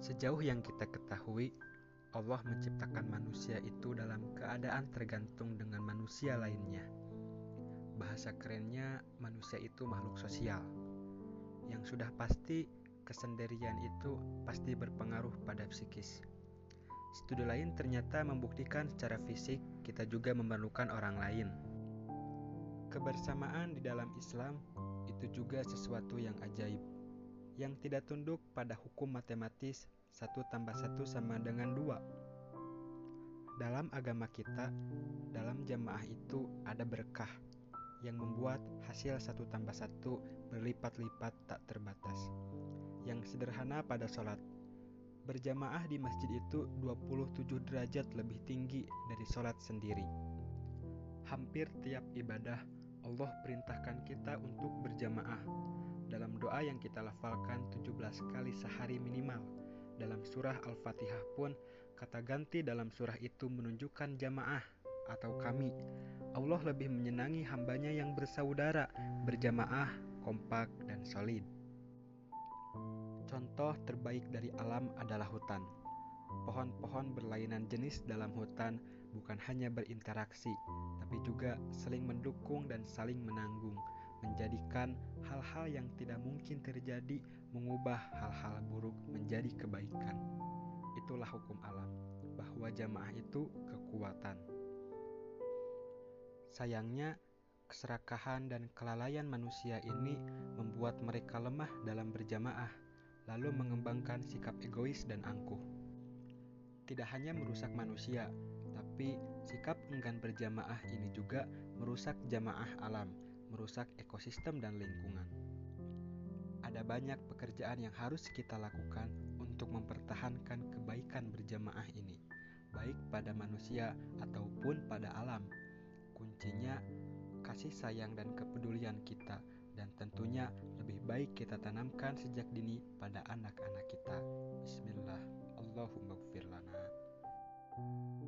Sejauh yang kita ketahui, Allah menciptakan manusia itu dalam keadaan tergantung dengan manusia lainnya. Bahasa kerennya, manusia itu makhluk sosial. Yang sudah pasti, kesendirian itu pasti berpengaruh pada psikis. Studi lain ternyata membuktikan secara fisik kita juga memerlukan orang lain. Kebersamaan di dalam Islam itu juga sesuatu yang ajaib, yang tidak tunduk pada hukum matematis 1+1 sama dengan 2. Dalam agama kita, dalam jamaah itu ada berkah yang membuat hasil 1+1 berlipat-lipat tak terbatas. Yang sederhana pada sholat, berjamaah di masjid itu 27 derajat lebih tinggi dari sholat sendiri. Hampir tiap ibadah, Allah perintahkan kita untuk berjamaah. Dalam doa yang kita lafalkan 17 kali sehari minimal. Dalam surah Al-Fatihah pun, kata ganti dalam surah itu menunjukkan jamaah atau kami. Allah lebih menyenangi hambanya yang bersaudara, berjamaah, kompak, dan solid. Contoh terbaik dari alam adalah hutan. Pohon-pohon berlainan jenis dalam hutan bukan hanya berinteraksi, tapi juga saling mendukung dan saling menanggung, menjadikan hal-hal yang tidak mungkin terjadi mengubah hal-hal buruk menjadi kebaikan. Itulah hukum alam, bahwa jamaah itu kekuatan. Sayangnya, keserakahan dan kelalaian manusia ini membuat mereka lemah dalam berjamaah, lalu mengembangkan sikap egois dan angkuh. Tidak hanya merusak manusia, tapi sikap enggan berjamaah ini juga merusak jamaah alam, merusak ekosistem dan lingkungan. Ada banyak pekerjaan yang harus kita lakukan untuk mempertahankan kebaikan berjamaah ini, baik pada manusia ataupun pada alam. Kuncinya kasih sayang dan kepedulian kita, dan tentunya lebih baik kita tanamkan sejak dini pada anak-anak kita. Bismillah, Allahumma gfir lana.